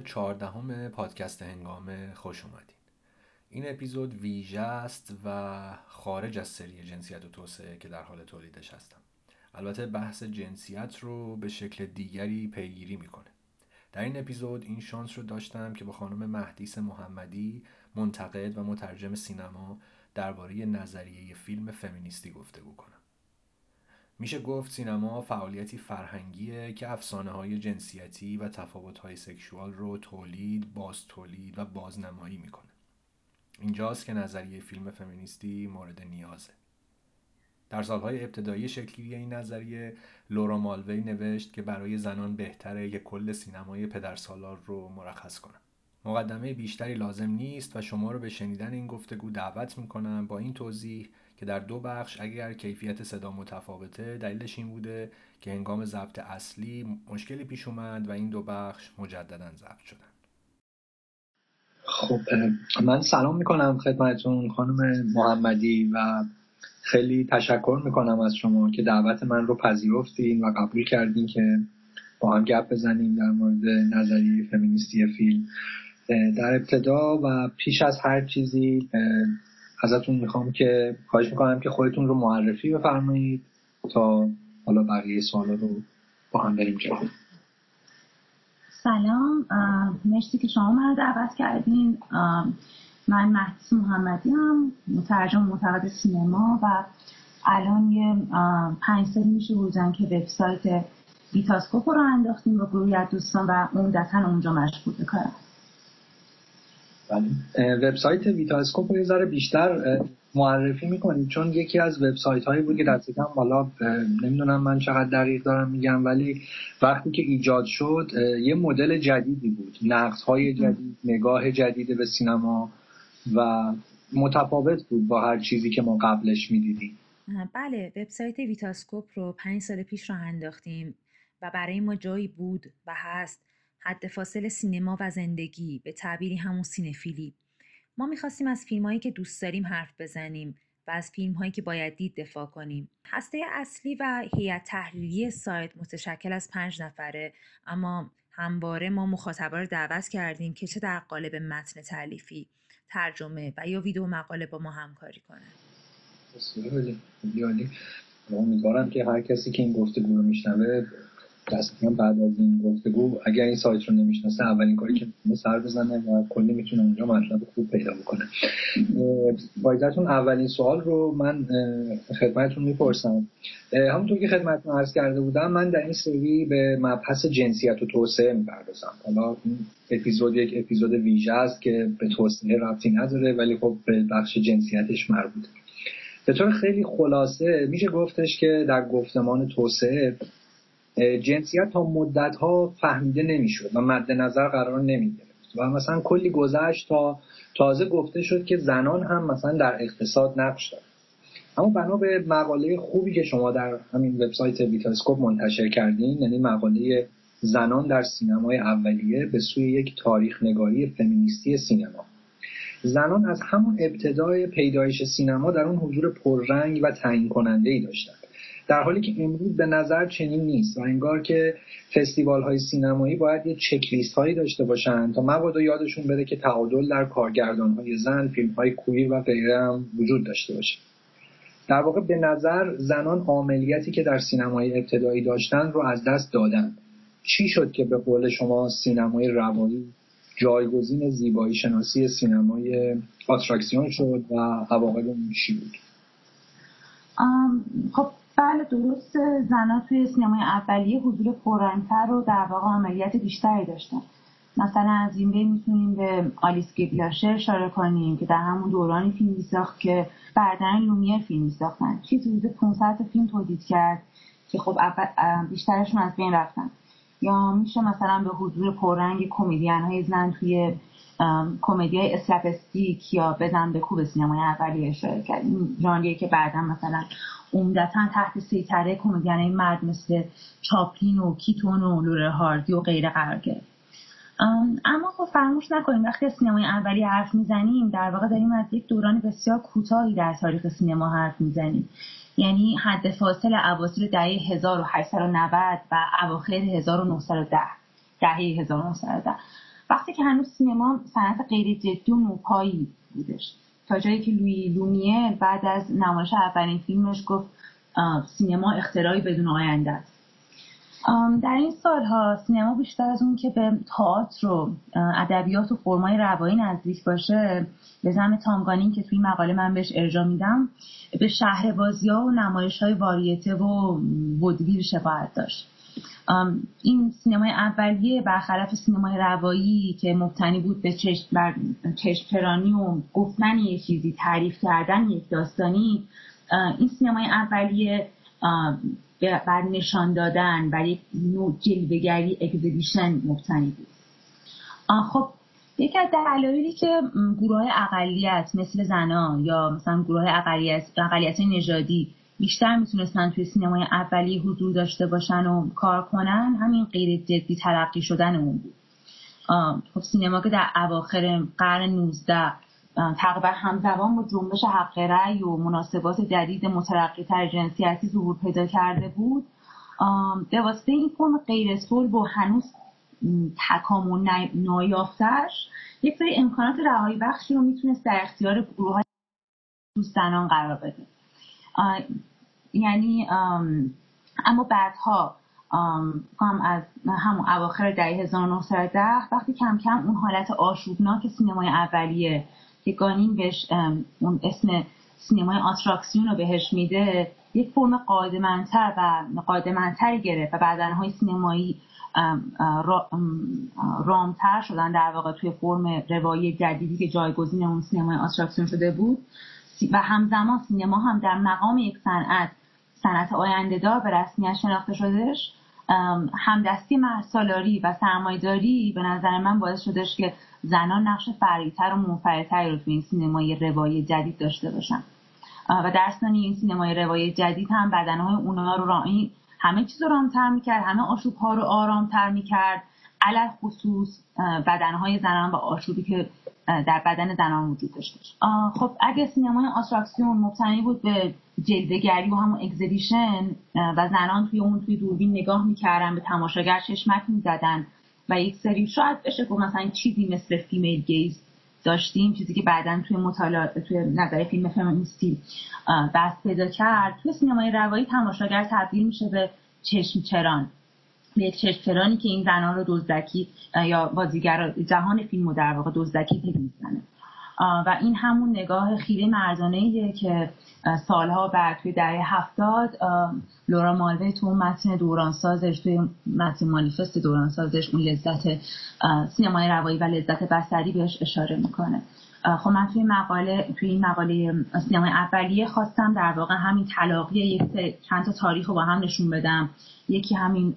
14 پادکست هنگامه خوش اومدین. این اپیزود ویژه است و خارج از سری جنسیت و توسعه که در حال تولیدش هستم. البته بحث جنسیت رو به شکل دیگری پیگیری میکنه. در این اپیزود این شانس رو داشتم که با خانم مهدیس محمدی، منتقد و مترجم سینما، درباره نظریه فیلم فمینیستی گفتگو کنم. میشه گفت سینما فعالیتی فرهنگیه که افسانه‌های جنسیتی و تفاوت‌های سکشوال رو باز تولید و بازنمایی میکنه. اینجاست که نظریه فیلم فمینیستی مورد نیازه. در سالهای ابتدایی شکل‌گیری این نظریه، لورا مالوی نوشت که برای زنان بهتره که کل سینمای پدرسالار رو مرخص کنن. مقدمه بیشتری لازم نیست و شما رو به شنیدن این گفتگو دعوت میکنم با این توضیح که در 2 بخش اگر کیفیت صدا متفاوته دلیلش این بوده که هنگام ضبط اصلی مشکلی پیش اومد و این 2 بخش مجددا ضبط شدن. خب من سلام میکنم خدمتتون خانم محمدی و خیلی تشکر میکنم از شما که دعوت من رو پذیرفتین و قبول کردین که با هم گپ بزنیم در مورد نظریه فمینیستی فیلم. در ابتدا و پیش از هر چیزی ازتون میخوام که خواهش میکنم که خودتون رو معرفی بفرمایید تا حالا بقیه سوالا رو با هم بریم جلو. سلام، مرسی که شما من رو دعوت کردین. من مهدیس محمدی هم مترجم منتقد سینما و الان یه 5 سال میشه بودن که وبسایت ویتاسکوپ رو انداختیم با گروهی از دوستان و عمدتاً اونجا مشغول به کارم. بله، وبسایت ویتاسکوپ رو یه ذره بیشتر معرفی میکنید چون یکی از وبسایت هایی بود که دست کم بالا نمیدونم من چقدر دقیق دارم میگم ولی وقتی که ایجاد شد یه مدل جدیدی بود، نقدهای جدید، نگاه جدید به سینما و متفاوت بود با هر چیزی که ما قبلش میدیدیم. بله، وبسایت ویتاسکوپ رو 5 سال پیش راه انداختیم و برای ما جایی بود و هست حد فاصل سینما و زندگی، به تعبیری همون سینفیلی. ما می‌خواستیم از فیلم‌هایی که دوست داریم حرف بزنیم و از فیلم‌هایی که باید دید دفاع کنیم. هسته اصلی و هیئت تحریریه سایت متشکل از 5 نفره، اما همواره ما مخاطبا رو دعوت کردیم که چه در قالب متن تألیفی، ترجمه و یا ویدیو مقاله با ما همکاری کنن. بسیار عالی. امیدوارم که هر کسی که این گفتگو رو میشنوه دستم بعد از این گفتگو اگر این سایت رو نمیشناسه اولین کاری که سر بزنه و کلی میتونه اونجا مطلب خوب پیدا بکنه. با اجازهتون اولین سوال رو من خدمتتون میپرسم. همونطور که خدمتتون عرض کرده بودم من در این سری به مبحث جنسیت و توسعه میپردازم. حالا این اپیزود یک اپیزود ویژه است که به توسعه ربطی نداره ولی خب به بخش جنسیتش مربوطه. به طور خیلی خلاصه میشه گفتش که در گفتمان توسعه جنسیت تا مدت‌ها فهمیده نمی‌شد و مد نظر قرار نمی‌گرفت و مثلا کلی گذشت تا تازه گفته شد که زنان هم مثلا در اقتصاد نقش دارن. اما بنا به مقاله خوبی که شما در همین وبسایت ویتاسکوپ منتشر کردین، یعنی مقاله زنان در سینمای اولیه به سوی یک تاریخ نگاری فمینیستی سینما، زنان از همون ابتدای پیدایش سینما در اون حضور پررنگ و تعیین کننده‌ای داشتند، در حالی که امروز به نظر چنین نیست و انگار که فستیوال‌های سینمایی باید یه چک لیست هایی داشته باشن تا مبادا یادشون بره که تعادل در کارگردان‌های زن، فیلم‌های کویر و غیره هم وجود داشته باشه. در واقع به نظر زنان عاملیتی که در سینمای ابتدایی داشتن رو از دست دادن. چی شد که به قول شما سینمای روایی جایگزین زیبایی شناسی سینمای آتراکسیون شد و عواقب اون چی بود؟ خب بله، درست، زنان توی سینمای اولیه حضور پررنگ‌تر و در واقع عملیات بیشتری داشتن. مثلا از این بین میتونیم به آلیس گی بلاشر اشاره کنیم که در همون دورانی فیلم میساخت که برادران لومیر فیلم میساختن. چیزی حدود 500 فیلم تولید کرد که خب بیشترشون از بین رفتن. یا میشه مثلا به حضور پررنگ کمدین‌های زن توی کمدی‌های اسلپستیک یا بزن به کوب سینمای اولیه اشاره کرد. این ژانری که بعداً مثلا عمدتاً تحت سیطره کمدین‌های مرد مثل چاپلین و کیتون و لورل هاردی و غیره قرار گرفت. اما خب فراموش نکنیم وقتی از سینمای اولیه حرف میزنیم در واقع داریم از یک دوران بسیار کوتاهی در تاریخ سینما حرف میزنیم، یعنی حد فاصل اواسط دهه 1890 و اواخر 1910 دهه 1910. وقتی که هنوز سینما صنعت غیر جدی و نوپایی بودش، تا جایی که لویی لومیر بعد از نمایش اولین فیلمش گفت سینما اختراعی بدون آینده است. در این سالها سینما بیشتر از اون که به تئاتر و ادبیات و فرمای روایی نزدیک باشه، به زعم تامگانین که توی مقاله من بهش ارجاع میدم، به شهربازی‌ها و نمایش‌های واریته و ودویل شباهت داشت. این سینمای اولیه برخلاف سینمای روایی که مبتنی بود به چشم‌چرانی و گفتن یک چیزی، تعریف کردن یک داستانی، این سینمای اولیه بر نشان دادن، بر یک نوع جلوه‌گری اگزیبیشن مبتنی بود. خب یکی از دلایلی که گروه‌های اقلیت مثل زنان یا مثلا گروه‌های اقلیت نژادی بیشتر میتونستن توی سینمای اولیه حضور داشته باشن و کار کنن، همین غیر جدی تلقی شدن اون بود. خب سینما که در اواخر قرن 19 تقریبا همزمان با جنبش حق رأی و مناسبات جدید مترقی‌تر جنسیتی ظهور پیدا کرده بود، به واسطه این فرم غیر صلب و هنوز تکامل نایافته‌اش یک سری امکانات رهایی بخشی رو میتونست در اختیار گروه‌های زنان قرار بده. یعنی اما بعدها از همون اواخر دهه 1910 وقتی کم کم اون حالت آشوبناک سینمای اولیه که گانین بهش اون اسم سینمای آتراکسیون رو بهش میده، یک فرم قاعده‌مندتری گرفت و بدنهای سینمایی رامتر شدن در واقع توی فرم روایی جدیدی که جایگزین اون سینمای آتراکسیون شده بود و همزمان سینما هم در مقام یک صنعت آینده‌دار به رسمیت شناخته شدش. همدستی سالاری و سرمایه‌داری به نظر من باعث شدش که زنان نقش فعال‌تر و منفعل‌تری رو توی این سینمای روایی جدید داشته باشن و در ثانی این سینمای روایی جدید هم بدنهای اونها رو همه چیز رو رامتر میکرد، همه آشوب‌ها رو آرامتر میکرد، علل خصوص بدنهای زنان و آشوبی که در بدن زنان وجود داشته. خب اگه سینمای آتراکسیون مبتنی بود به جلوه‌گری و همون اگزیبیشن و زنان توی دوربین نگاه میکردن، به تماشاگر چشمک میزدن و یک سری شاید بشه گفت مثلا چیزی مثل فیمیل گیز داشتیم، چیزی که بعداً توی نظریه فیلم فمینیستی دست پیدا کرد، توی سینمای روایی تماشاگر تبدیل میشه به چشمچران، به یک چشمچرانی که این زنان رو دزدکی یا بازیگر جهان فیلم رو در واقع دزدکی دید میزنه و این همون نگاه خیره مردانه‌ایه که سالها بعد توی دهه 70 لورا مالوی تو متن دورانسازش، توی متن مانیفست دورانسازش، اون لذت سینمای روایی و لذت بصری بهش اشاره میکنه. خب من توی این مقاله سینمای اولیه خواستم در واقع همین تلاقی چند تا تاریخ رو با هم نشون بدم. یکی همین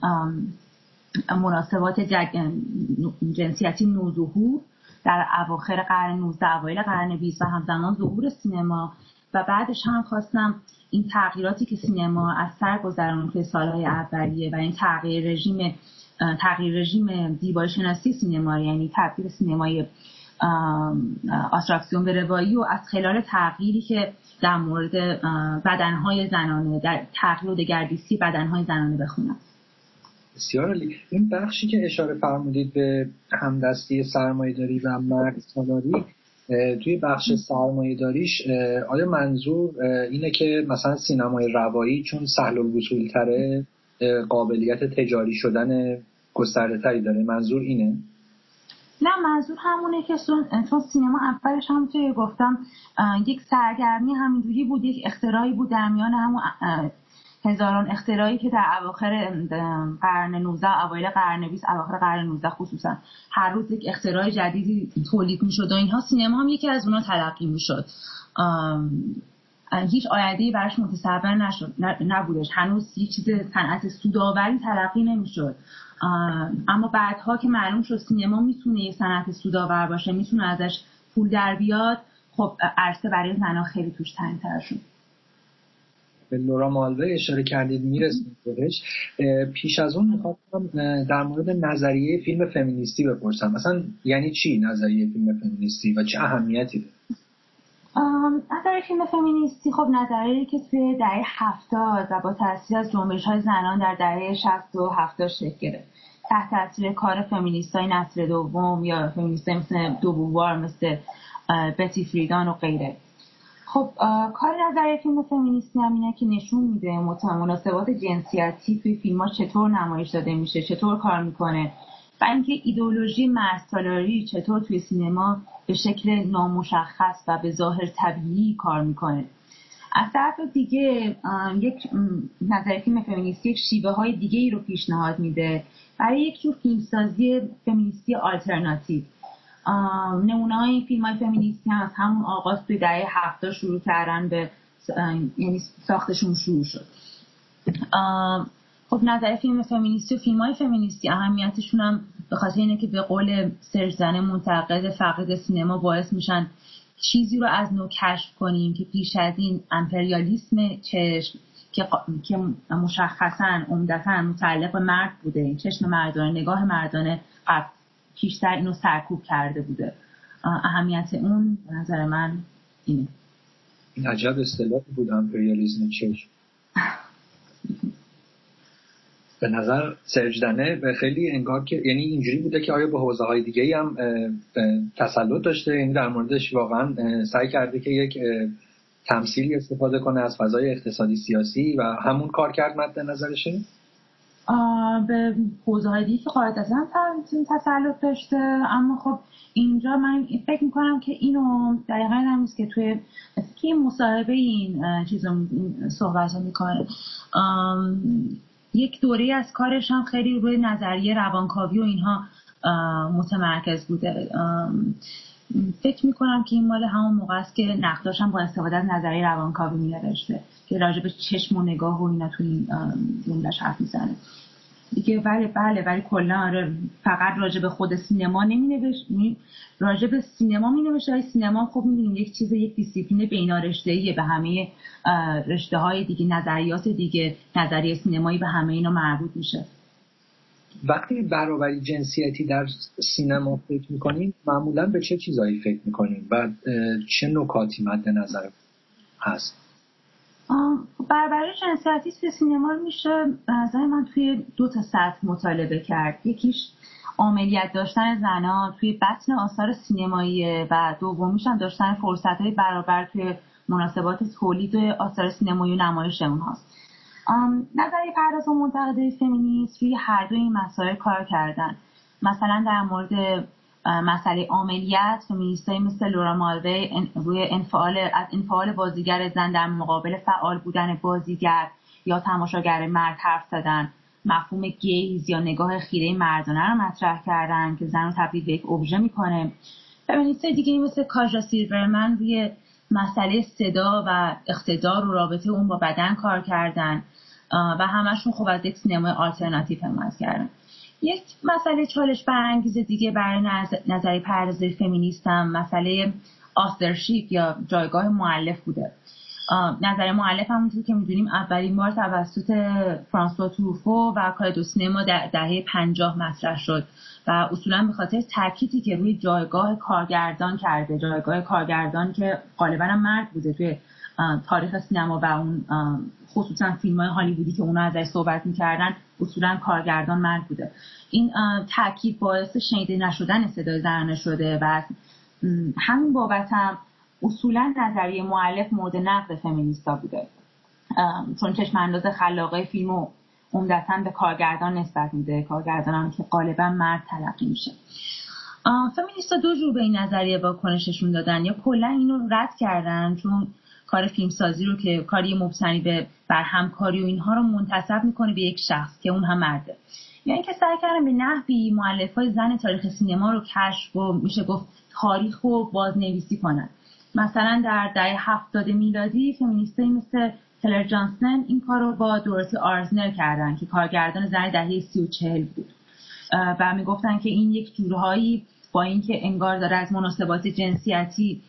مناسبات جنسیتی نوظهور در اواخر قرن 19 اوایل قرن 20 و همزمان ظهور سینما و بعدش هم خواستم این تغییراتی که سینما از سر گذرون توی سالهای اولیه و این تغییر رژیم زیبایی شناسی سینما، یعنی تبدیل سینمای آتراکسیون به روایی و از خلال تغییری که در مورد بدنهای زنانه، در تغییر و دگردیسی بدنهای زنانه بخونم. بسیار عالی. این بخشی که اشاره فرمودید به همدستی سرمایه‌داری و مرد سالاری، توی بخش سرمایه‌داریش آیا منظور اینه که مثلا سینمای روایی چون سهل الوصول تره قابلیت تجاری شدن گسترده تری داره؟ منظور اینه؟ نه، منظور همونه که چون سینما اولش هم که گفتم یک سرگرمی همینجوری بود، یک اختراعی بود در میان همون هزاران اختراعی که در اواخر قرن 19 اوایل قرن 20 اواخر قرن 19 خصوصا هر روز یک اختراع جدیدی تولید می‌شد و اینها سینما هم یکی از اونها تلقی می‌شد. هیچ آینده‌ای براش متصور نبودش، هنوز هیچ چیز صنعت سودآوری تلقی نمی‌شد. اما بعدها که معلوم شد سینما میتونه یک صنعت سودآور باشه، میتونه ازش پول در بیاد، خب عرصه برای زنان خیلی توش تنگ‌تر شد. به لورا مالوی اشاره کردید، میرسیم بهش. پیش از اون میخواستم در مورد نظریه فیلم فمینیستی بپرسم. مثلا یعنی چی نظریه فیلم فمینیستی و چه اهمیتی داره؟ نظریه فیلم فمینیستی خب نظریه‌ای که توی دهه 70 و با تاثیر از جنبش‌های زنان در دهه 60 و 70 شکل گرفت. تحت تاثیر کار فمینیست‌های نسل دوم یا فمینیست‌های مثل دوبووار، مثل بتی فریدان و غیره. خب کار نظریه فیلم فمینیستی هم اینه که نشون میده مناسبات جنسیتی توی فیلم‌ها چطور نمایش داده میشه، چطور کار میکنه و اینکه ایدئولوژی مرزتالاری چطور توی سینما به شکل نامشخص و به ظاهر طبیعی کار میکنه. از طرف دیگه یک نظریه فیلم فمینیستی یک شیوه های دیگه ای رو پیشنهاد میده برای یک جور فیلمسازی فمینیستی آلترناتیو. نمونه های این فیلم های فمینیستی هم از همون آغاز توی دهه 70 شروع کردن به یعنی ساختشون شروع شد. خب نظریه فیلم فمینیستی و فیلم های فمینیستی اهمیتشون هم به خاطر اینه که به قول سرژ زنه منتقد فقید سینما باعث میشن چیزی رو از نو کشف کنیم که پیش از این امپریالیسم چشم که مشخصاً عمدتاً متعلق به مرد بوده، این چشم مردانه، نگاه مردانه پیشتر اینو سرکوب کرده بوده. اهمیت اون به نظر من اینه. این عجب اصطلاحی بود، امپریالیسم چشم. به نظر سرژ زنه به خیلی انگار که یعنی اینجوری بوده که آیا به حوزه‌های دیگه‌ای هم تسلط داشته، یعنی در موردش واقعا سعی کرده که یک تمثیلی استفاده کنه از فضای اقتصادی سیاسی و همون کار کرد مد نظرشه؟ به حوزه‌های دیگه که قاعدتاً تسلط داشته، اما خب اینجا من فکر می‌کنم که اینو دقیقاً همونیست که توی مصاحبه این چیزو صحبت می‌کنه. یک دوره از کارش هم خیلی روی نظریه روانکاوی و اینها متمرکز بوده. فکر میکنم که این مال همون موقع است که نقداش هم با استفاده از نظریه روانکاوی می‌نوشته که راجع به چشم و نگاه و اینا توی این جمله‌اش حرف میزنه دیگه. ولی کلا فقط راجع به خود سینما نمی‌نوشت، راجع به سینما می‌نوشته. سینما خب می‌دونیم یک دیسیپلین بین‌رشته‌ایه، به همه رشته‌های دیگه، نظریات دیگه، نظریه سینمایی به همه اینا مربوط میشه. وقتی برابری جنسیتی در سینما فکر می‌کنیم معمولاً به چه چیزایی فکر می‌کنیم و چه نکاتی مد نظر هست؟ برابری جنسیتی توی سینما رو میشه به نظر من توی 2 سطح مطالبه کرد. یکیش عاملیت داشتن زنان توی بطن آثار سینمایی و دومیش هم داشتن فرصت‌های برابر توی مناسبات تولید آثار سینمایی و نمایش اونهاست. نظریه پرداز و منتقدای فمینیست روی هر دو این مسائل کار کردن. مثلا در مورد مسئله عاملیت، فمینیستایی مثل لورا مالوی روی انفعال بازیگر زن در مقابل فعال بودن بازیگر یا تماشاگر مرد حرف زدن. مفهوم گیز یا نگاه خیره مردانه رو مطرح کردن که زن رو تبدیل به یک ابژه میکنه. فمینیستای دیگه مثل کاژا سیلورمن روی مسئله صدا و اقتدار و رابطه اون با بدن کار کردن و همشون خب از یک سینمای آلترناتیو حمایت کردن. یک مسئله چالش برانگیز دیگه برای نظریه پرداز فمینیست هم مسئله آثرشیپ یا جایگاه مؤلف بوده. نظریه مؤلف همونطور که میدونیم اولین بار توسط فرانسوا تروفو و کار دو سینما در دهه 50 مطرح شد و اصولا به خاطر تأکیدی که روی جایگاه کارگردان کرده، جایگاه کارگردان که غالبا هم مرد بوده توی تاریخ سینما و اون خصوصا فیلم‌های هالیوودی که اونا ازش صحبت می‌کردن اصولا کارگردان مرد بوده. این تأکید باعث شنیده نشدن صدای زنانه شده و همین بابت هم اصولا نظریه مؤلف مورد نقد فمینیستا بوده، چون چشم انداز خلاقه فیلمو عمدتاً به کارگردان نسبت میده، کارگردان هم که غالبا مرد تلقی میشه. فمینیستا دو جور به این نظریه واکنششون دادن، یا کلا اینو رد کردن چون کار فیلمسازی رو که کاری مبتنی به بر همکاری و اینها رو منتسب میکنه به یک شخص که اون هم مرده، یا اینکه سعی کردن به نحوی مؤلفه‌های زن تاریخ سینما رو کشف و میشه گفت تاریخ رو بازنویسی کنن. مثلا در دهه 70 میلادی فمینیستایی مثل هلر جانسن این کار رو با دوروتی آرزنر کردن که کارگردان زن دهه 30 و 40 بود و میگفتن که این یک جورهایی با اینکه انگار داره از مناسبات جنسیتی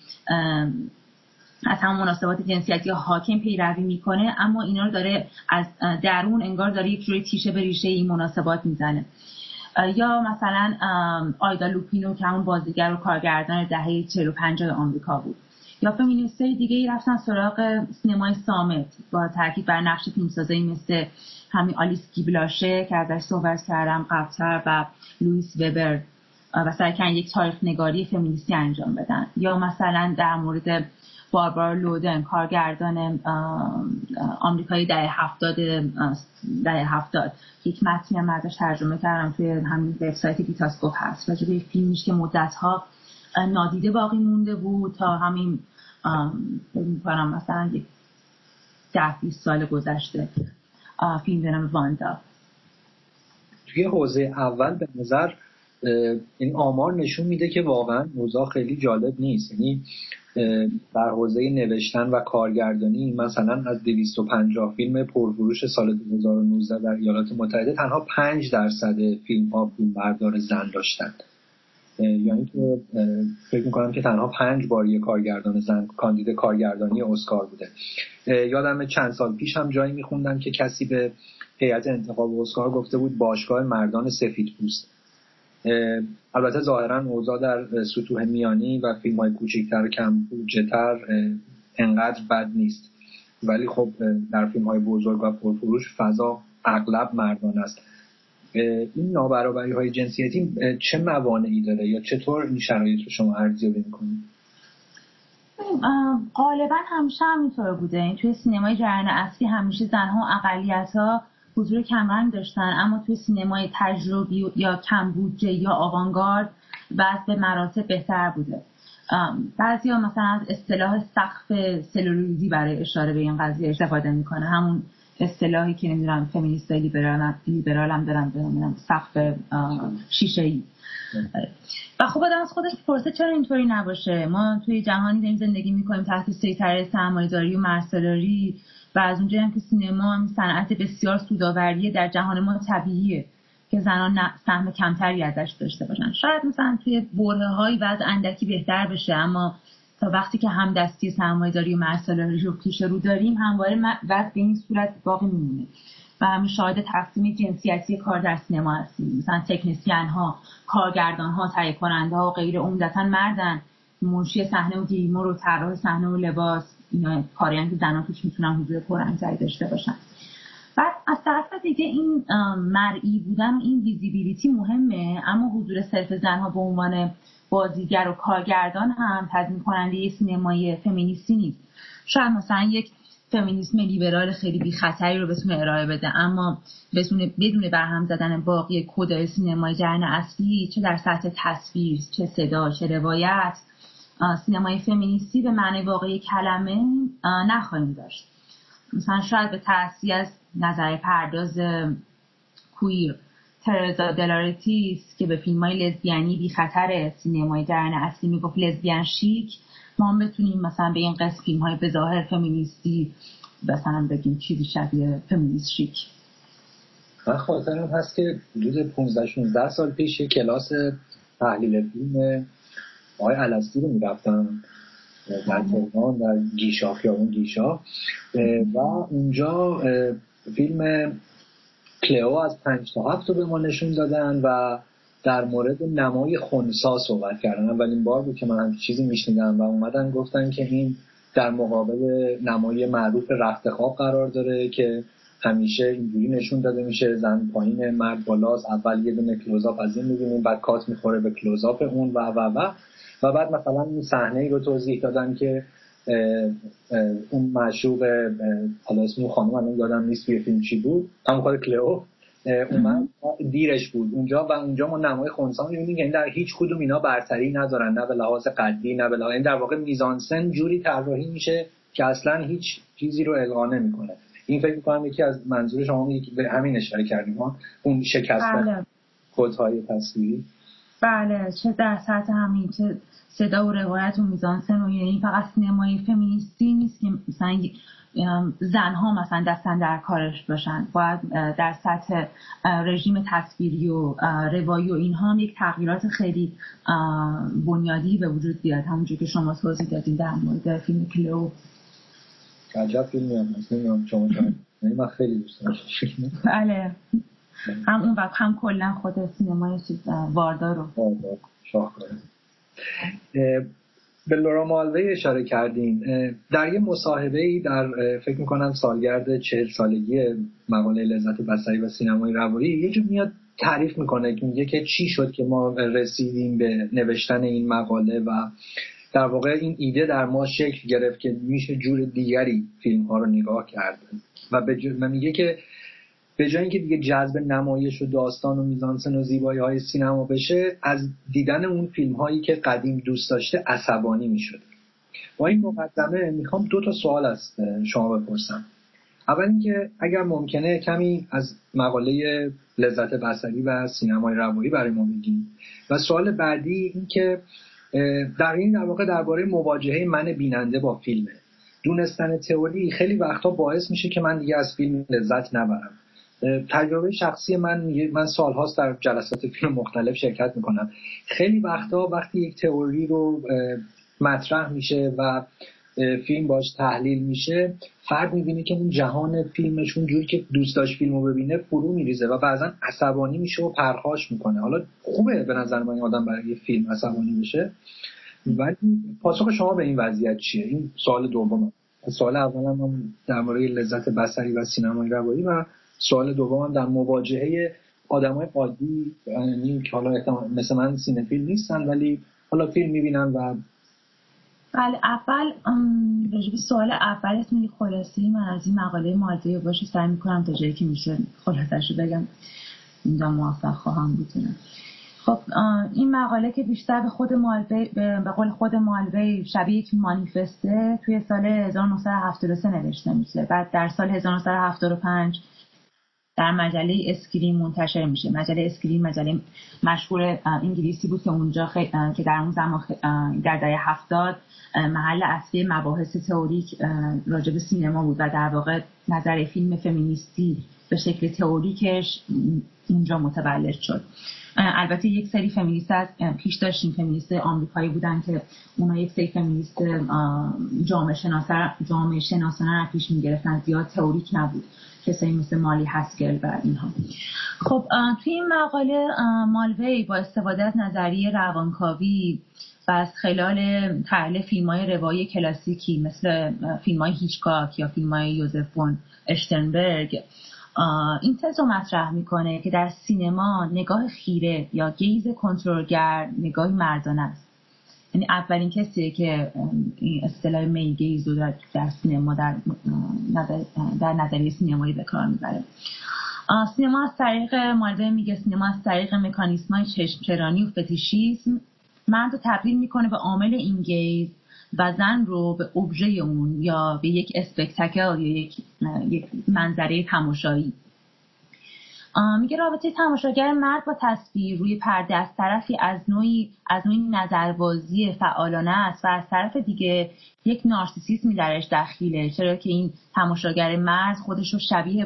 از هم مناسبات جنسیتی حاکم پیروی میکنه، اما اینا رو داره از درون انگار داره یک جوری تیشه به ریشه این مناسبات میزنه. یا مثلا آیدا لوپینو که همون بازیگر و کارگردان دهه 40 و 50 آمریکا بود یا فمینیستای دیگه‌ای رفتن سراغ سینمای صامت با تاکید بر نقش فیلمسازایی مثل همین آلیس گیبلاشه که ازش صحبت کردم قبل‌تر و لوئیس وبر و سعی کردن یک تاریخ نگاری فمینیستی انجام بدن. یا مثلا در مورد باربارا لودن کارگردان آمریکایی دهه 70 یک متنی هم ازش ترجمه کردم توی همین وبسایت ویتاسکوپ هست راجع به فیلمیش که مدت‌ها نادیده باقی مونده بود تا همین فکر می‌کنم مثلا یک 10-20 سال گذشته، فیلم به نام واندا. توی حوزه اول به نظر این آمار نشون میده که واقعا اوضاع خیلی جالب نیست. یعنی در حوزه نوشتن و کارگردانی مثلا از 250 فیلم پرفروش سال 2019 در ایالات متحده تنها 5% فیلم‌ها فیلمبردار زن داشتن. یعنی که فکر می‌کنم که تنها 5 بار یک کارگردان زن کاندید کارگردانی اسکار بوده. یادمه چند سال پیش هم جایی می‌خوندم که کسی به هیئت انتخاب اسکار گفته بود باشگاه مردان سفیدپوست. البته ظاهراً اوضاع در سطوح میانی و فیلم‌های کوچکتر و کم بودجه‌تر انقدر بد نیست، ولی خب در فیلم‌های بزرگ و پرفروش فضا اغلب مردان است. این نابرابری‌های جنسیتی چه موانعی داره یا چطور این شرایط رو شما ارزیابی می‌کنید؟ غالباً همیشه همینطور بوده. این توی سینمای جریان اصلی همیشه زن‌ها و اقلیت‌ها حضور کمرنگ داشتن، اما توی سینمای تجربی یا کم بودجه یا آوانگارد وضع به مراتب بهتر بوده. بعضیا مثلا از اصطلاح سقف سلولیدی برای اشاره به این قضیه استفاده میکنه، همون اصطلاحی که نمیدونم فمینیستای لیبرال هم دارن بهش سقف شیشه‌ای. و خب آدم از خودش پرسه چرا اینطوری نباشه؟ ما توی جهانی داریم زندگی میکنیم تحت سیطره سرمایه‌داری و مرسلاری و از اونجایی هم که سینما هم صنعت بسیار سودآوریه در جهان ما طبیعیه که زنان سهم کمتری ازش داشته باشن. شاید مثلا توی برهه‌های وضع اندکی بهتر بشه، اما تا وقتی که همدستی سرمایه‌داری و مرسلاری رو پیش رو داریم همواره وضع به این صورت باقی میمونه و همین شاهد تقسیم جنسیتی کار در سینما هستیم. مثلا تکنسین‌ها، کارگردان‌ها، تهیه کننده‌ها و غیره عمدتاً مردن. منشی صحنه و گریمور و طراح صحنه و لباس اینا کاریان که زنان توش میتونن حضور پررنگ‌تری داشته باشن. بعد از طرف دیگه این مرئی بودن و این ویزیبیلیتی مهمه، اما حضور صرف زنها به عنوان بازیگر و کارگردان هم تضمین کننده سینمای فمینیستی نیست. شاید مثلا یک فمینیسم لیبرال خیلی بی خطری رو بتونه ارائه بده، اما بدون برهم زدن باقی کدای سینمای جریان اصلی، چه در سطح تصویر، چه صدا، چه روایت، سینمای فمینیستی به معنی واقعی کلمه نخواهیم داشت. مثلا شاید به تأثیر از نظر پرداز کویر ترزا دلارتیس که به فیلم‌های لزبیانی بی خطر سینمای جریان اصلی میگفت لزبیان شیک، ما هم بتونیم مثلا به این قسم فیلم‌های به ظاهر فمینیستی مثلا بگیم چیزی شبیه فمینیست شیک. من خاطرم هست که حدود 15-16 سال پیش یک کلاس تحلیل فیلم آقای الستی رو میرفتم در تهران در گیشا، خیابون گیشا، و اونجا فیلم کلئو از 5 تا 7 رو به ما نشون دادن و در مورد نمای خنثی صحبت کردن. اولین بار بود که من همچین چیزی میشنیدم و اومدن گفتن که این در مقابل نمای معروف رخت خواب قرار داره که همیشه اینجوری نشون داده میشه، زن پایین مرد بالاست، اول یه دونه کلوزآپ از این می‌بینیم بعد کات میخوره به کلوزآپ اون و بعد مثلا این صحنه‌ای رو توضیح دادن که اون معشوق حالا اسم خانم الان یادم نیست توی فیلم چی بود، همون کار کلئو اومد دیرش بود اونجا و اونجا ما نمای خنثی می‌بینیم که در هیچ کدوم اینا برتری ندارن، نه به لحاظ قدی نه به لحاظ، این در واقع میزانسن جوری طراحی میشه که اصلا هیچ چیزی رو القا نمی‌کنه. این فکر می‌کنم یکی از منظور شما به همین اشاره کردیم ها، اون شکستن کدهای تصویری. بله، چه در سطح همین چه صدا و روایت و میزانسن و یعنی فقط سینمای فمینیستی نیست که مثلا زنها مثلا دستن در کارش باشن، باید در سطح رژیم تصویری و روایی و اینها هم یک تغییرات خیلی بنیادی به وجود بیاد، همونجور که شما توضیح دادین در مورد فیلم کلئو. عجب فیلمی هم هست، شما من خیلی دوست دارم. بله، هم اون وقت هم کلا خود سینمای واردا رو شاهکاره. به لورا مالوی اشاره کردیم. در یه مصاحبه‌ای در فکر می‌کنم سالگرد 40 سالگی مقاله لذت بصری و سینمای روایی یه جور میاد تعریف میکنه که میگه که چی شد که ما رسیدیم به نوشتن این مقاله و در واقع این ایده در ما شکل گرفت که میشه جور دیگری فیلم ها رو نگاه کرد و میگه که به جای اینکه دیگه جذب نمایش و داستان و میزانسن و زیبایی های سینما بشه، از دیدن اون فیلم هایی که قدیم دوست داشته عصبانی میشد. با این مقدمه میخوام 2 سوال از شما بپرسم. اول اینکه اگر ممکنه کمی از مقاله لذت بصری و سینمای روایی برای ما بگین، و سوال بعدی این که در واقع درباره مواجهه من بیننده با فیلمه. دونستن تئوری خیلی وقتا باعث میشه که من دیگه از فیلم لذت نبرم. تجربه شخصی من سالهاست در جلسات فیلم مختلف شرکت میکنم. خیلی وقتا وقتی یک تئوری رو مطرح میشه و فیلم باش تحلیل میشه، فرد میبینه که اون جهان فیلمش اون جوری که دوست داشت فیلمو ببینه فرو میریزه و بعضا عصبانی میشه و پرخاش میکنه. حالا خوبه به نظر من آدم برای یه فیلم عصبانی بشه، ولی پاسخ شما به این وضعیت چیه؟ این سوال دومم. سوال اولم در مورد لذت بصری و سینمای روایی و سوال دومم در مواجهه آدمای عادی، یعنی که حالا مثل من سینفیل نیستن ولی حالا فیلم میبینن و بله. اول راجب سوال اولتون خلاصه‌ای من از این مقاله مالوی باشه سعی میکنم تا جایی که میشه خلاصه‌اشو بگم، اینجا موفق خواهم بود. خب این مقاله که بیشتر به خود مالوی، به قول خود مالوی شبیه یک مانیفسته، توی سال 1973 نوشته میشه. بعد در سال 1975 در مجله اسکرین منتشر میشه. مجله اسکرین مجله مشهور انگلیسی بود که اونجا که در اون زمان در دهه 70 محل اصلی مباحث تئوریک راجع به سینما بود و در واقع نظر فیلم فمینیستی به شکل تئوریکش اونجا متولد شد. البته یک سری فمینیست از پیش داشتیم، فمینیست آمریکایی بودن که اونا یک سری فمینیست جامعه شناسانه رو پیش میگرفتن، زیاد تئوریک نبود، کسایی مثل مالی هسکل و اینها. خب توی این مقاله مالوی با استفاده از نظریه روانکاوی و از خلال تحلیل فیلم‌های روایی کلاسیکی مثل فیلم‌های هیچکاک یا فیلم‌های یوزف فون اشترنبرگ این تز رو مطرح میکنه که در سینما نگاه خیره یا گیز کنترلگر نگاهی مردانه است. یعنی اولین کسیه که این اصطلاح میل گیز رو در سینما در نظریه سینمایی به کار میبره. سینما از طریق مالوی میگه سینما از طریق مکانیزم‌های چشمچرانی و فتیشیسم مرد رو تبدیل میکنه به عامل این گیز و زن رو به ابژه اون یا به یک اسپکتاکل یا یک منظره تماشایی. میگه رابطه تماشاگر مرد با تصویر روی پرده از طرفی از نوعی نظربازی فعالانه است و از طرف دیگه یک نارسیسیسمی درش دخیله، چرا که این تماشاگر مرد خودش رو شبیه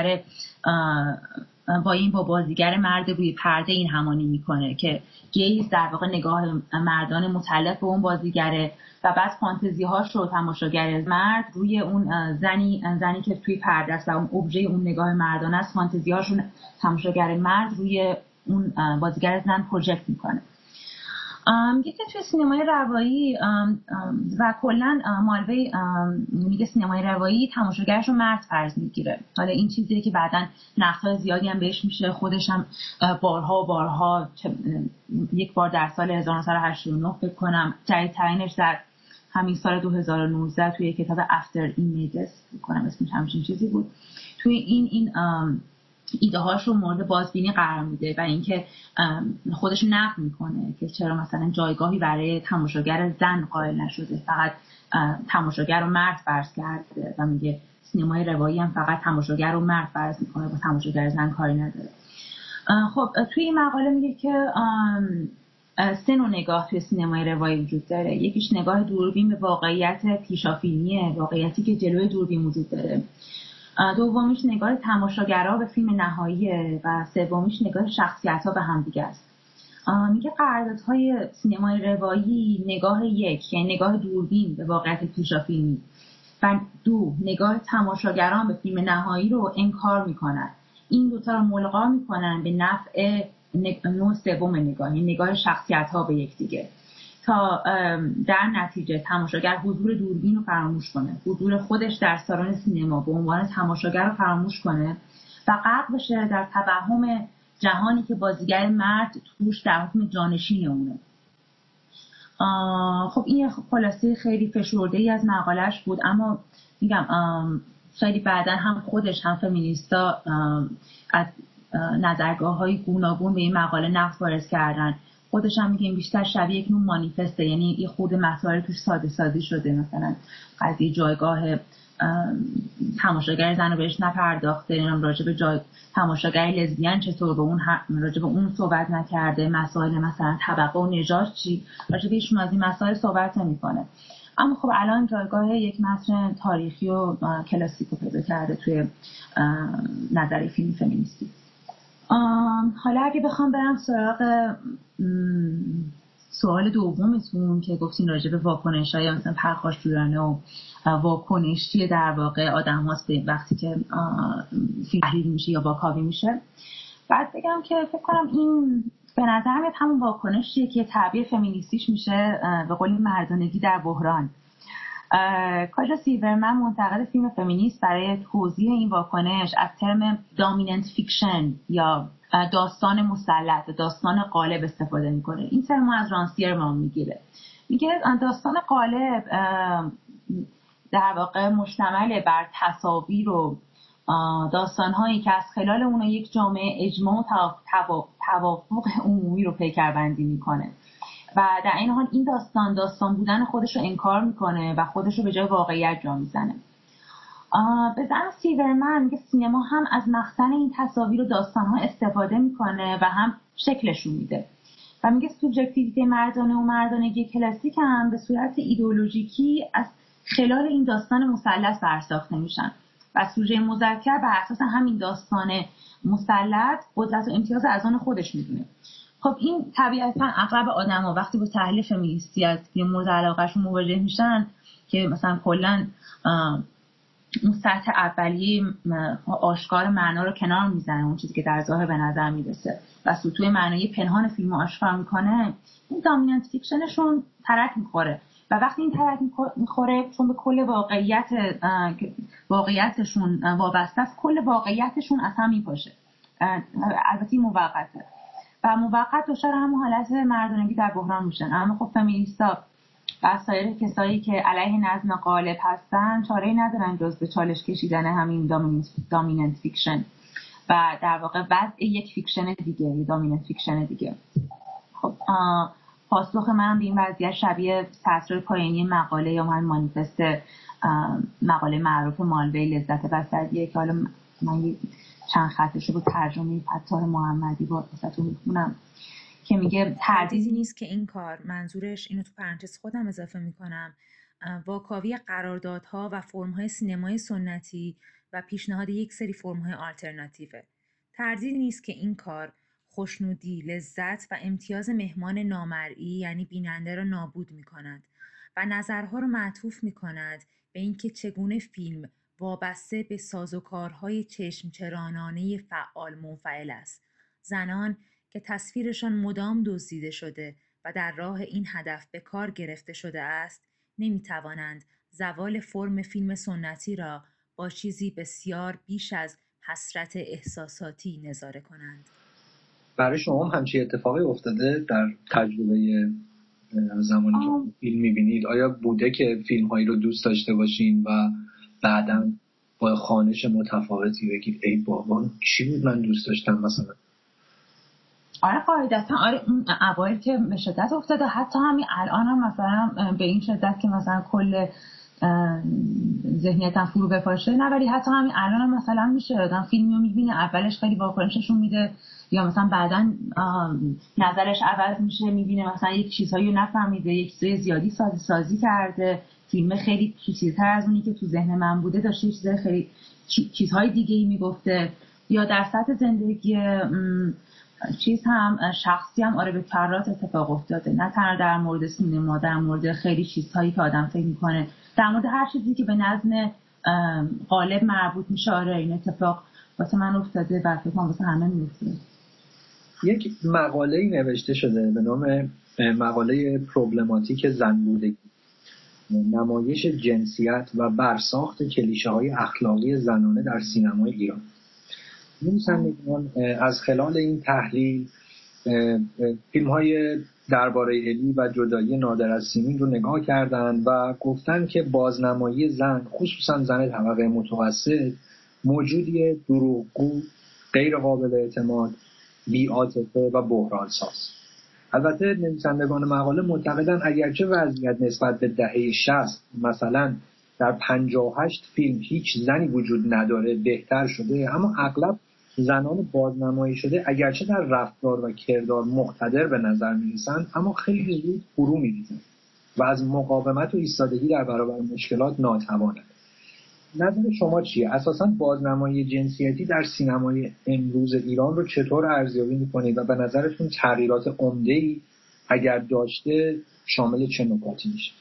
با بازیگر مرد روی پرده این همانی میکنه که گیز در واقع نگاه مردان متعلق به اون بازیگره و بعد فانتزی هاش رو تماشاگر مرد روی اون زنی که توی پرده است و اون ابژه اون نگاه مردان است، فانتزی هاش رو تماشاگر مرد روی اون بازیگر زن پروژکت میکنه. میگه که توی سینمای روایی و کلا مالوی میگه سینمای روایی تماشاگرش رو مرد فرض میگیره. حالا این چیزیه که بعداً نقدهای زیادی هم بهش میشه، خودش هم بارها یک بار در سال 1989 فکر کنم جدیدترینش در همین سال 2019 توی کتاب After Images فکر کنم اسمش همچین چیزی بود، توی این ایده هاش رو مورد بازبینی قرار میده و اینکه خودش نقد میکنه که چرا مثلا جایگاهی برای تماشاگر زن قائل نشده، فقط تماشاگر رو مرد فرض کرده و میگه سینمای روایی هم فقط تماشاگر رو مرد فرض میکنه و تماشاگر زن کاری نداره. خب توی این مقاله میگه که سه نوع نگاه توی سینمای روایی وجود داره. یکیش نگاه دوربین به واقعیت پیشافیلمیه، واقعیتی که جلوی دوربین وجود داره. دومیش نگاه تماشاگرها به فیلم نهاییه و سومیش نگاه شخصیت‌ها به هم دیگه است. میگه قراردادهای سینمای روایی نگاه یک یعنی نگاه دوربین به واقعیت پیشافیلمی و دو نگاه تماشاگران به فیلم نهایی رو انکار میکنن. این دوتا رو ملغا میکنن به نفع نوع سوم نگاه، یعنی نگاه شخصیت‌ها به یکدیگه. تا در نتیجه تماشاگر حضور دوربین رو فراموش کنه، حضور خودش در سالن سینما به عنوان تماشاگر رو فراموش کنه و غرق بشه در توهم جهانی که بازیگر مرد توش در حکم جانشین اونه. خب این خلاصه خیلی فشرده‌ای از مقاله‌اش بود، اما میگم خیلی بعداً هم خودش هم فمینیستا از نظرگاه‌های گوناگون به این مقاله نقد وارد کردن. خودش هم میگه این بیشتر شبیه یک نوع مانیفسته، یعنی یه خورده مطالب توش ساده سازی شده، مثلا قضیه جایگاه تماشاگر زن رو بهش نپرداخته، اینم راجع به تماشاگر لزبیان چطور به اون راجع به اون صحبت نکرده، مسائل مثلا طبقه و نژاد چی، راجع به ایشون از این مسائل صحبت نمی‌کنه. اما خب الان جایگاه یک متن تاریخی و کلاسیک رو پیدا کرده توی نظریه فیلم فمینیستی. حالا اگه بخوام برم سراغ سوال دومتون که گفتین راجع به واکنش‌های مثلا پرخاشجویانه و واکنشی در واقع آدم هاست به وقتی که فیلم تحلیل میشه یا واکاوی میشه، بعد بگم که فکر کنم این به نظر میاد همون واکنشیه که تعبیر فمینیستیش میشه به قول مردانگی در بحران. کاجا سیلورمن منتقد فیلم فمینیست برای توضیح این واکنش از ترم دامیننت فیکشن یا داستان مسلط، داستان غالب استفاده میکنه. این ترم از رانسیرمان میگیره، میگه داستان غالب در واقع مشتمل بر تصاویر و داستانهایی که از خلال اونها یک جامعه اجماع و توافق عمومی رو پیکربندی میکنه و در این حال این داستان بودن خودش رو انکار میکنه و خودش رو به جای واقعیت جا میزنه. به زعم سیلورمن میگه سینما هم از مخزن این تصاویر و داستانها استفاده میکنه و هم شکلشون میده و میگه سوبژکتیویته مردانه و مردانگی کلاسیک هم به صورت ایدئولوژیکی از خلال این داستان مثلث برساخته میشن و سوژه مذکر بر اساس همین داستان مثلث قدرت و امتیاز از آن خودش میدونه. خب این طبیعتا اغلب آدما وقتی با تحلیل فمینیستی از فیلم مورد علاقهشون مواجه میشن که مثلا کلا اون سطح اولیه آشکار معنا رو کنار میزنه، اون چیزی که در ظاهر به نظر میرسه و سطوح معنایی پنهان فیلم رو آشکار میکنه، این دامیننت فیکشنشون ترک میخوره و وقتی این ترک میخوره چون به کل واقعیتشون وابسته است، کل واقعیتشون از هم میپاشه. البته موقته و موقت دچار همون حالت مردانگی در بحران میشن. اما خب فمینیستا و سایر کسایی که علیه نظم غالب هستن چاره‌ای ندارن جز به چالش کشیدن همین دامیننت فیکشن و در واقع وضع یک فیکشن دیگه، دامیننت فیکشن دیگه. خب پاسخ من به این وضعیت شبیه سطر پایینی مقاله یا من مانیفست مقاله معروف مالوی لذت بصریه که حالا من چند خطش رو با ترجمه فتار محمدی با واسهتون میخونم که میگه تردیدی نیست که این کار، منظورش اینو تو پرانتز خودم اضافه میکنم، واکاوی قراردادها و فرم‌های سینمای سنتی و پیشنهاد یک سری فرم‌های آلترناتیوه. تردیدی نیست که این کار خوشنودی، لذت و امتیاز مهمان نامرئی یعنی بیننده را نابود میکند و نظرها را معطوف میکند به اینکه چگونه فیلم وابسته به سازوکارهای چشمچرانانه فعال منفعل است. زنان که تصویرشان مدام دزدیده شده و در راه این هدف به کار گرفته شده است، نمیتوانند زوال فرم فیلم سنتی را با چیزی بسیار بیش از حسرت احساساتی نظاره کنند. برای شما هم همچین اتفاقی افتاده در تجربه زمانی که فیلم میبینید؟ آیا بوده که فیلم هایی رو دوست داشته باشین و بعداً با خوانش متفاوتی بگید ای بابا چی بود من دوست داشتم مثلا؟ آره قاعدتا، آره اون اوایل که به شدت افتاده، حتی همین الان هم مثلا به این شدت که مثلا کل ذهنیتم فرو بپاشه نه، ولی حتی همین الان هم مثلا میشه آدم فیلمی رو میبینه اولش خیلی واکنششون میده یا مثلا بعداً نظرش عوض میشه، میبینه مثلا یک چیزهایی رو نفهمیده، یک چیزای زیادی سازی کرده، فیلم خیلی پیچیده‌تر از اونی که تو ذهن من بوده داشته چیزهای دیگه‌ای میگفته، یا در سطح زندگی شخصی هم آره به کرات اتفاق افتاده، نه تنها در مورد سینما، در مورد خیلی چیزهایی که آدم فکر میکنه، در مورد هر چیزی که به نظم غالب مربوط میشه. آره این اتفاق واسه من افتاده و فکر کنم واسه همه میفته. یک مقاله‌ای نوشته شده به نام مقاله پروبلماتیک زن بودگی، نمایش جنسیت و برساخت کلیشه‌های اخلاقی زنانه در سینمای ایران. نویسندگان از خلال این تحلیل فیلم‌های درباره الی و جدایی نادر از سیمین رو نگاه کردند و گفتن که بازنمایی زن، خصوصا زن طبقه متوسط، موجودی دروغگو، غیر قابل اعتماد، بی‌عاطفه و بحران ساز. البته نویسندگان مقاله معتقدن اگرچه وضعیت نسبت به دهه 60 مثلا در 58 فیلم هیچ زنی وجود نداره بهتر شده، اما اغلب زنان بازنمایی شده اگرچه در رفتار و کردار مقتدر به نظر میرسند، اما خیلی زود فرو میریزند و از مقاومت و ایستادگی در برابر مشکلات ناتوانند. نظر شما چیه؟ اساساً بازنمایی جنسیتی در سینمای امروز ایران رو چطور ارزیابی می‌کنید و به نظرتون تغییرات عمده‌ای اگر داشته شامل چه نکاتی میشه؟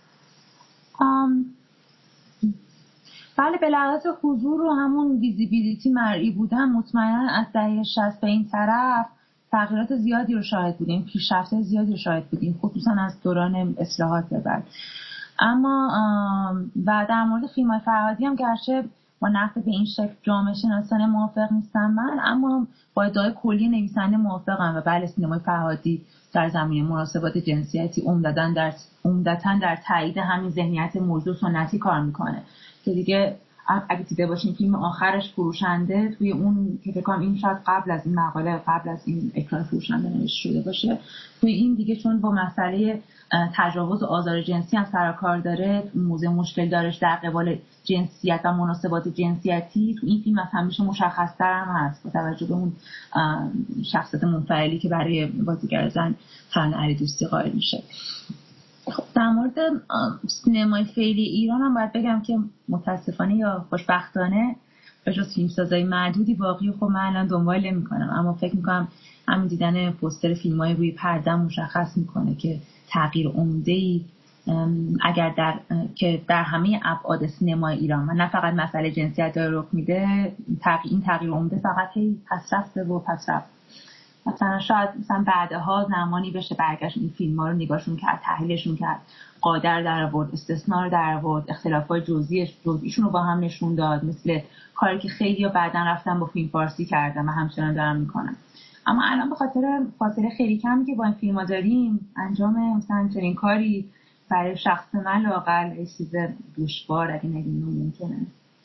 بله، به لحاظ حضور و همون ویزیبیلیتی مرئی بودن مطمئنا از دهه 60 به این طرف تغییرات زیادی رو شاهد بودیم، پیشرفت زیادی رو شاهد بودیم، خصوصا از دوران اصلاحات به بعد. اما و در مورد فیلم‌های فرهادی هم گرچه با نقد به این شکل جامعه شناسانه موافق نیستم من، اما با ادعای کلی نویسنده موافقم و بله سینمای فرهادی در زمینه مناسبات جنسیتی عمدتاً در تایید همین ذهنیت موجود سنتی کار میکنه که دیگه اگه دیده باشین فیلم آخرش فروشنده، توی اون که فکر کنم این شاید قبل از این مقاله، قبل از این اکران فروشنده نوشته شده باشه، توی این دیگه چون با مسئله تجاوز و آزار جنسی هم سر کار داره، موضوع مشکل دارش در قبال جنسیت و مناسبات جنسیتی، تو این فیلم از همیشه مشخص‌تر هم هست با توجه به اون شخصیت منفعلی که برای بازیگر زن ترانه علیدوستی قائل میشه. خب در مورد سینمای فعلی ایران هم باید بگم که متاسفانه یا خوشبختانه به جز فیلمسازای معدودی باقی خب من الان دنبال نمی‌کنم، اما فکر می‌کنم همین دیدن پوستر فیلم‌های روی پرده مشخص می‌کنه که تغییر عمده‌ای اگر در همه ابعاد سینمای ایران و نه فقط مسئله جنسیت داره رخ میده، این تغییر عمده فقط پس رفته و پس رفت. مثلا شاید مثلا بعدها زمانی بشه برگشت این فیلم‌ها رو نگاهشون کرد، تحلیلشون کرد، قاعده رو در آورد، استثنا رو در آورد، اختلافات جزئیشون رو با هم نشون داد، مثل کاری که خیلی‌ها بعداً رفتن با فیلم فارسی کردن و همچنان دارن میکنن. اما الان به خاطر فاصله خیلی کمی که با این فیلم‌ها داریم، انجام مثلا چنین کاری برای شخص من لااقل یه چیز دشوار اگه نگیم ممکنه.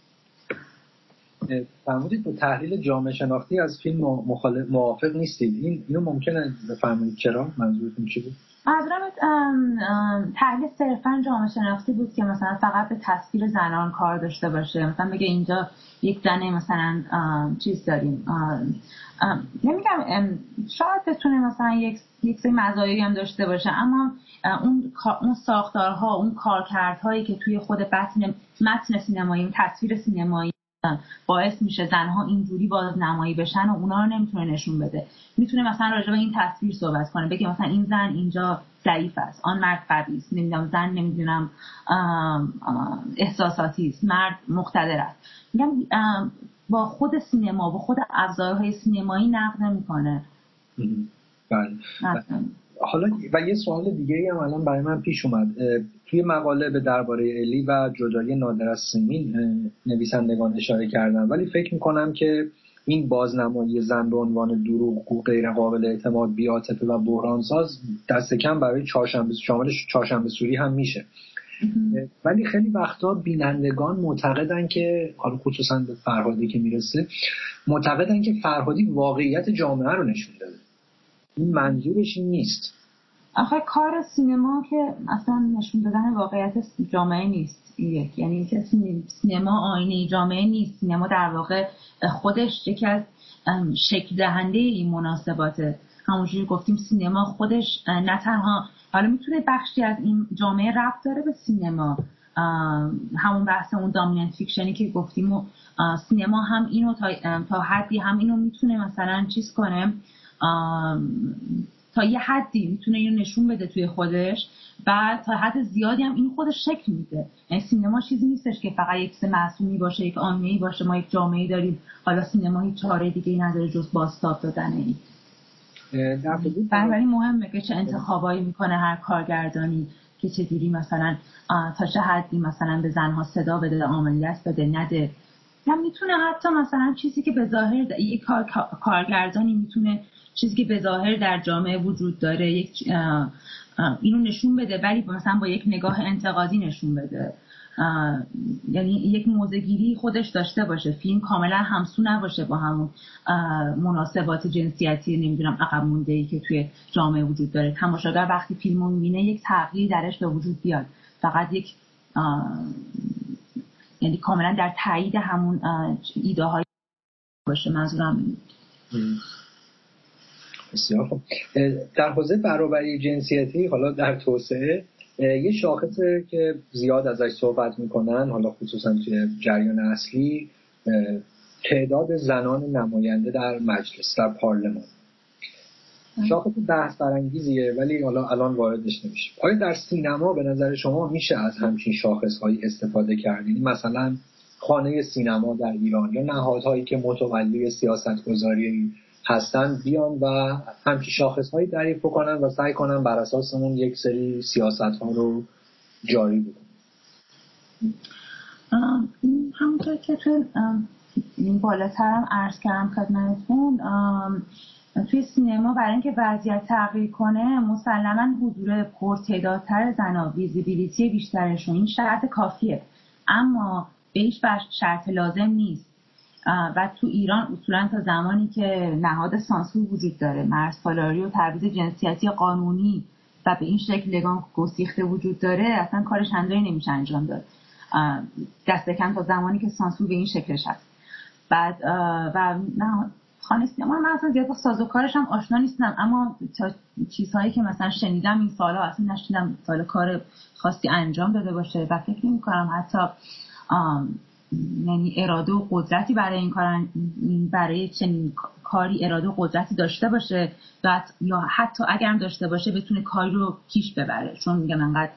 فرمودید با تحلیل جامعه شناختی از فیلم موافق نیستید. اینو ممکنه بفرمایید چرا؟ منظورتون چی بود؟ منظورم تحلیل صرفاً جامعه شناختی بود که مثلا فقط به تصویر زنان کار داشته باشه، مثلا بگه اینجا یک زنه مثلا چیز داریم، نمیگم شاید بتونه مثلا یک سری مزایایی هم داشته باشه، اما اون ساختارها، اون کارکردهایی که توی خود متن سینمایی، تصویر سینمایی باعث میشه زنها اینجوری بازنمایی بشن و اونا رو نمیتونه نشون بده. میتونه مثلا راجع به این تصویر صحبت کنه، بگه مثلا این زن اینجا ضعیف است، آن مرد قوی است، نمیدونم زن نمیدونم احساساتی است، مرد مقتدر است. میگم با خود سینما، با خود ابزارهای سینمایی نقد نمیکنه. بله. حالا و یه سوال دیگه هم الان برای من پیش اومد. توی مقاله به درباره الی و جدایی نادر از سیمین نویسندگان اشاره کردن، ولی فکر میکنم که این بازنمایی زن به عنوان دروغگو، غیر قابل اعتماد، بی‌عاطفه و بحرانساز دست کم برای شامل چهارشنبه سوری هم میشه. ولی خیلی وقتا بینندگان معتقدن که، حالا خصوصا به فرهادی که میرسه، معتقدن که فرهادی واقعیت جامعه رو نشون داده. این منظورش این نیست. آخه کار سینما که اصلا نشون دادن واقعیت جامعه نیست. یعنی که سینما آینه جامعه نیست. سینما در واقع خودش یکی از شکل دهنده این مناسباته. همونجوری گفتیم سینما خودش نه تنها حالا میتونه بخشی از این جامعه ربط داره به سینما، همون بحث اون دامیننت فیکشنی که گفتیم و سینما هم اینو تا حدی هم اینو میتونه مثلا چیز کنه، تا یه حدی میتونه اینو نشون بده توی خودش، بعد تا حد زیادی هم اینو خودش شکل میده. یعنی سینما چیزی نیستش که فقط یک چیز معصومی باشه، یک آینه‌ای باشه. ما یک جامعه‌ای داریم، حالا سینما هیچ چاره دیگه‌ای نداره جز بازتاب دادن این. بنابراین مهمه که چه انتخابایی میکنه هر کارگردانی که چجوری مثلا تا چه حدی مثلا به زنها صدا بده، عملیات بده، نده. هم میتونه حتی مثلا چیزی که به ظاهر یک کارگردانی میتونه چیزی که به ظاهر در جامعه وجود داره اینو نشون بده، ولی مثلا با یک نگاه انتقادی نشون بده. یعنی یک موضع‌گیری خودش داشته باشه، فیلم کاملا همسو نباشه با همون مناسبات جنسیتی نمیدونم عقب مونده‌ای که توی جامعه وجود داره. تماشاگر وقتی فیلمو میبینه یک تغییری درش به وجود بیاد، فقط یک یعنی کاملا در تایید همون ایده های باشه. منظورم بسیار خوب. در حوزه برابری جنسیتی حالا در توسعه یه شاخصه که زیاد ازش صحبت میکنن، حالا خصوصا توی جریان اصلی، تعداد زنان نماینده در مجلس، در پارلمان. شاخص بحث برانگیزیه ولی حالا الان واردش نمیشه. آیا در سینما به نظر شما میشه از همچین شاخصهایی استفاده کرد؟ مثلا خانه سینما در ایران یا نهادهایی که متولی سیاستگذاری هستن بیان و همچین شاخصهایی تعریف بکنن و سعی کنن بر اساس اون یک سری سیاست‌ها رو جاری بکنن. همونطور که تو بالاترم عرض کردم خدمتتون، توی سینما برای اینکه وضعیت تغییر کنه مسلماً حضور پرتعدادتر زن‌ها، ویزیبیلیتی بیشترشون این شرط کافیه، اما به هیچ شرط لازم نیست. و تو ایران اصولاً تا زمانی که نهاد سانسور وجود داره، مرزسالاری و تبعیض جنسیتی قانونی و به این شکل لگام گسیخته وجود داره، اصلا کارش چندانی نمیشه انجام داد، دست کم تا زمانی که سانسور به این شکلش هست. بعد و خانه سینما من اصلا زیاد با سازوکارش هم آشنا نیستم، اما تا چیزهایی که مثلا شنیدم این سالا اصلا نشنیدم سال کار خاصی انجام داده باشه و فکر نمی‌کنم حتی یعنی اراده و قدرتی برای این کار، برای چنین کاری اراده و قدرتی داشته باشه یا حتی اگرم داشته باشه بتونه کاری رو پیش ببره، چون میگم انقدر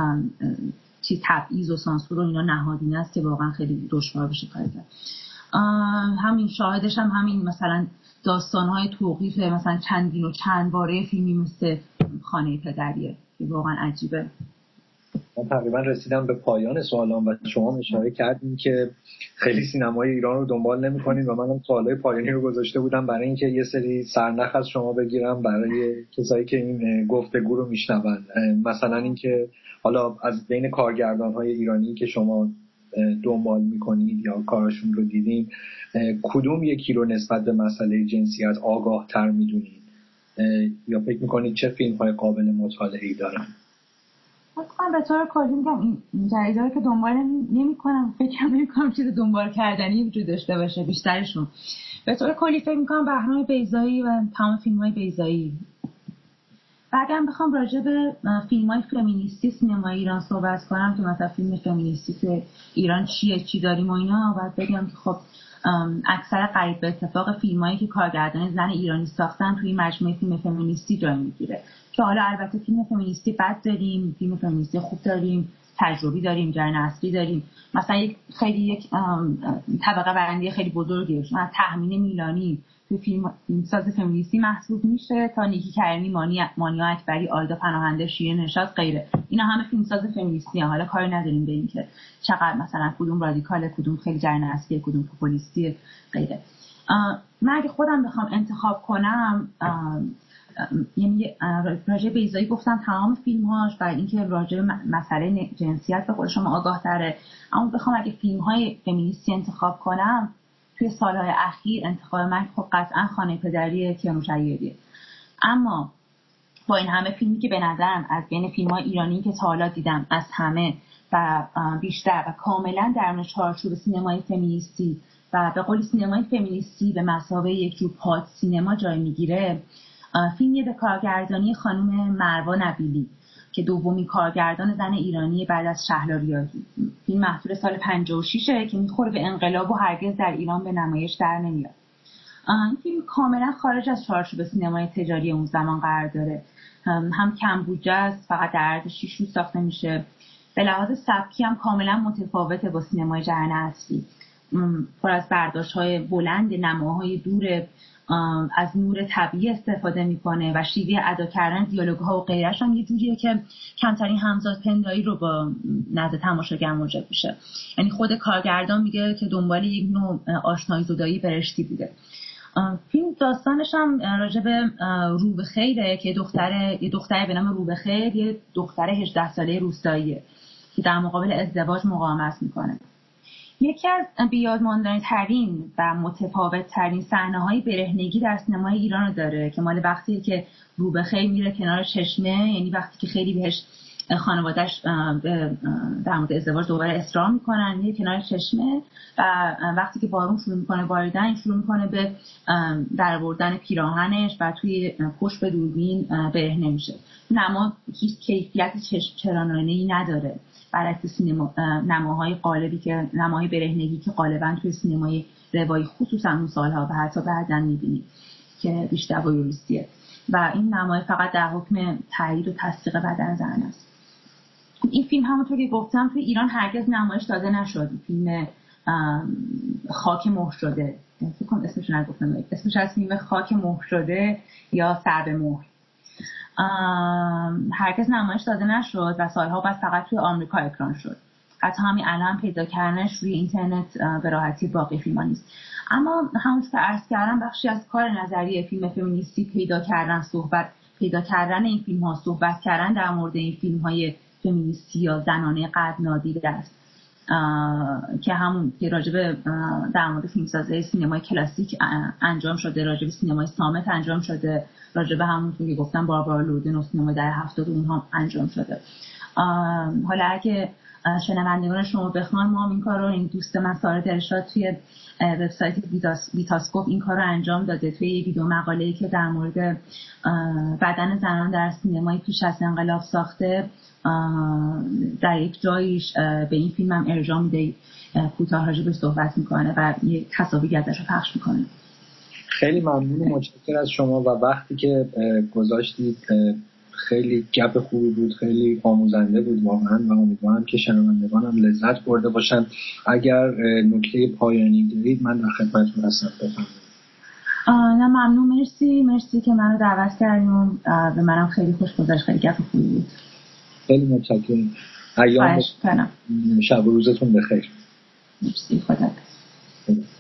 چیز تبعیض و سانسور و اینا نهادینه است که واقعا خیلی دشوار بشه کار کرد. همین شاهدش هم همین مثلا داستان‌های توقیف مثلا چندین و چند باره فیلمی مثل خانه پدریه که واقعا عجیبه. من تقریبا رسیدم به پایان سوالام و شما اشاره کردین که خیلی سینمای ایران رو دنبال نمی‌کنید و منم سوالای پایانی رو گذاشته بودم برای اینکه یه سری سرنخ از شما بگیرم برای کسایی که این گفتگو رو میشنون. مثلا اینکه حالا از بین کارگردان‌های ایرانی که شما دنبال میکنید یا کارشون رو دیدین، کدوم یکی رو نسبت به مسئله جنسیت آگاه تر میدونید یا فکر میکنید چه فیلم های قابل مطالعه‌ای دارن؟ من به طور کلی میگم این جریده‌ای که دنبال نمی‌کنم، فکر نمی‌کنم چیز دنبال کردنی وجود داشته باشه بیشترشون. به طور کلی فکر می‌کنم بهرام بیضایی و تمام فیلم‌های بیضایی. اگرم بخوام راجع به فیلم‌های فمینیستی سینمای ایران صحبت کنم که مثلا فیلم فمینیستی که ایران چی داریم و اینا، باید بگم که خب اکثر قریب به اتفاق فیلمایی که کارگردان زن ایرانی ساختن توی مجموعه فیلم فمینیستی جای میگیره که حالا البته فیلم فمینیستی بد داریم، فیلم فمینیستی خوب داریم، تجربی داریم، جریان اصلی داریم. مثلا یک طبقه بندی خیلی بزرگی مثلا تحمین میلانی توی فیلمساز فمینیستی محسوب میشه تا نیکی کریمی، مانیا اکبری، آیدا پناهنده، شیرین نشاط غیره. اینا همه فیلمساز فمینیستی هم. حالا کاری نداریم به این که چقدر مثلا کدوم رادیکاله، کدوم خیلی جریان اصلی، کدوم پوپولیستی غیره. من اگه خودم بخوام انتخاب کنم، یعنی راجع بیضایی گفتم تمام فیلم‌هاش برای اینکه راجع مسئله جنسیت به خود شما آگاه تره، اما بخوام اگه فیلم‌های فمینیستی انتخاب کنم توی سالهای اخیر انتخاب من خب قطعا خانه پدری کیانوش. اما با این همه فیلمی که به نظرم از بین فیلم‌های ایرانی که تا حالا دیدم از همه و بیشتر و کاملا در چارچوب سینمای فمینیستی و به قول سینمای فمینیستی به مثابه یک جور پاد سینما جای میگیره، فیلمی به کارگردانی خانم مروه نبیلی که دومین کارگردان زن ایرانی بعد از شهلا ریاضی. فیلم محصول سال 56 که میخوره به انقلاب و هرگز در ایران به نمایش در نمیاد. این فیلم کاملا خارج از چارچوب سینمای تجاری اون زمان قرار داره، هم کم بودجه است، فقط در عرض 6 روز ساخته میشه، به لحاظ سبکی هم کاملا متفاوته با سینمای جریان اصلی، پر از برداشت‌های بلند، نماهای دور، از نور طبیعی استفاده میکنه و شیوه ادا کردن دیالوگ‌ها و غیرش هم یه جوریه که کمترین همزاد پنداری رو با نزد تماشاگر موجب میشه. یعنی خود کارگردان میگه که دنبال یک نوع آشنایی زدایی برشتی بوده. فیلم داستانش هم راجع به روبه‌خیره که یه دختر به نام روبه‌خیر، یه دختر 18 ساله روستاییه که در مقابل ازدواج مقاومت میکنه. یکی از بیادماندنی‌ترین و متفاوت‌ترین صحنه‌های برهنگی در سینمای ایران رو داره که مال وقتی که روبه‌خیر میره کنار چشمه، یعنی وقتی که خیلی بهش خانواده‌اش در مورد ازدواج دوباره اصرار میکنن، میره کنار چشمه و وقتی که بارون شروع میکنه باریدن، شروع میکنه به درآوردن پیراهنش و توی پشت به دوربین برهنه میشه. نما هیچ کیفیت چرانه‌ای نداره، برعکس نماهای قالبی که نماهای برهنگی که غالبا توی سینمای روایی خصوصا اون سالها و حتی بعداً می‌بینیم که بیشتر ویولیستیه و این نمای فقط در حکم تایید و تصدیق بدن زن است. این فیلم همونطور که گفتم توی ایران هرگز نمایش داده نشد. فیلم خاک مهر شده، فکر کنم اسمش نگفتم، اسمش از فیلم خاک مهر شده یا سر به مهر هرگز نمایش داده نشد و سالها بعد فقط توی آمریکا اکران شد. حتی همین الان پیدا کردنش روی اینترنت به راحتی باقی فیلم ها نیست. اما همونطور که عرض کردم بخشی از کار نظری فیلم فمینیستی پیدا کردن این فیلم ها، صحبت کردن در مورد این فیلم های فمینیستی یا زنانه قد نادیده است که همون که راجبه در مورد فیلمسازی سینمای کلاسیک انجام شده، راجبه سینمای صامت انجام شده، راجبه همونطور که گفتم باربارا لوردن و سینمای در 70 اونها انجام شده. حالا اگه شنوندگان شما بخوان، ما هم این کار رو، این دوست من سارا درشاد توی وبسایت ویتاسکوپ این کار رو انجام داده. توی یه ویدیو مقاله‌ای که در مورد بدن زنان در سینمای پیش از انقلاب ساخته، در یک جایش به این فیلم هم ارجاع میده، کوتاه راجعش صحبت میکنه و یه تصاویری ازش رو پخش میکنه. خیلی ممنون و متشکرم از شما و وقتی که گذاشتید خیلی گپ خوبی بود، خیلی آموزنده بود واقعا و امیدوارم که شنوندگان هم لذت برده باشن. اگر نکته پایانی دارید من در خدمتتون هستم، بفرمایید. نه ممنون، مرسی که منو دعوت کردین. به منم خیلی خوش گذشت، خیلی گپ خوبی بود. خیلی متشکرم. ایام شب و روزتون بخیر. مرسی، خدا.